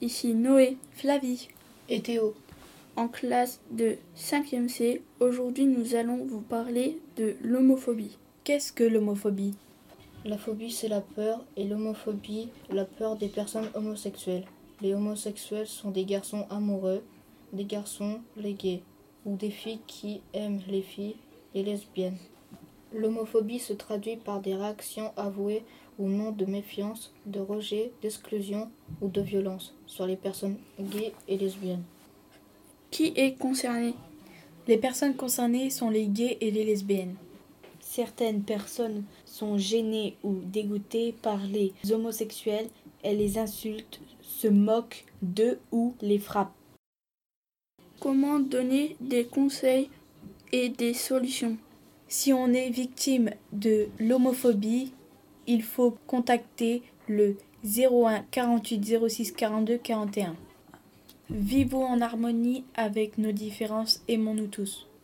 ici Noé, Flavie et Théo. En classe de 5e C. Aujourd'hui, nous allons vous parler de l'homophobie. Qu'est-ce que l'homophobie ? La phobie, c'est la peur, et l'homophobie, la peur des personnes homosexuelles. Les homosexuels sont des garçons amoureux, des garçons, les gays, ou des filles qui aiment les filles, les lesbiennes. L'homophobie se traduit par des réactions avouées ou non de méfiance, de rejet, d'exclusion ou de violence sur les personnes gays et lesbiennes. Qui est concerné ? Les personnes concernées sont les gays et les lesbiennes. Certaines personnes sont gênées ou dégoûtées par les homosexuels, elles les insultent, se moquent d'eux ou les frappent. Comment donner des conseils et des solutions ? Si on est victime de l'homophobie, il faut contacter le 01 48 06 42 41. Vivons en harmonie avec nos différences, aimons-nous tous.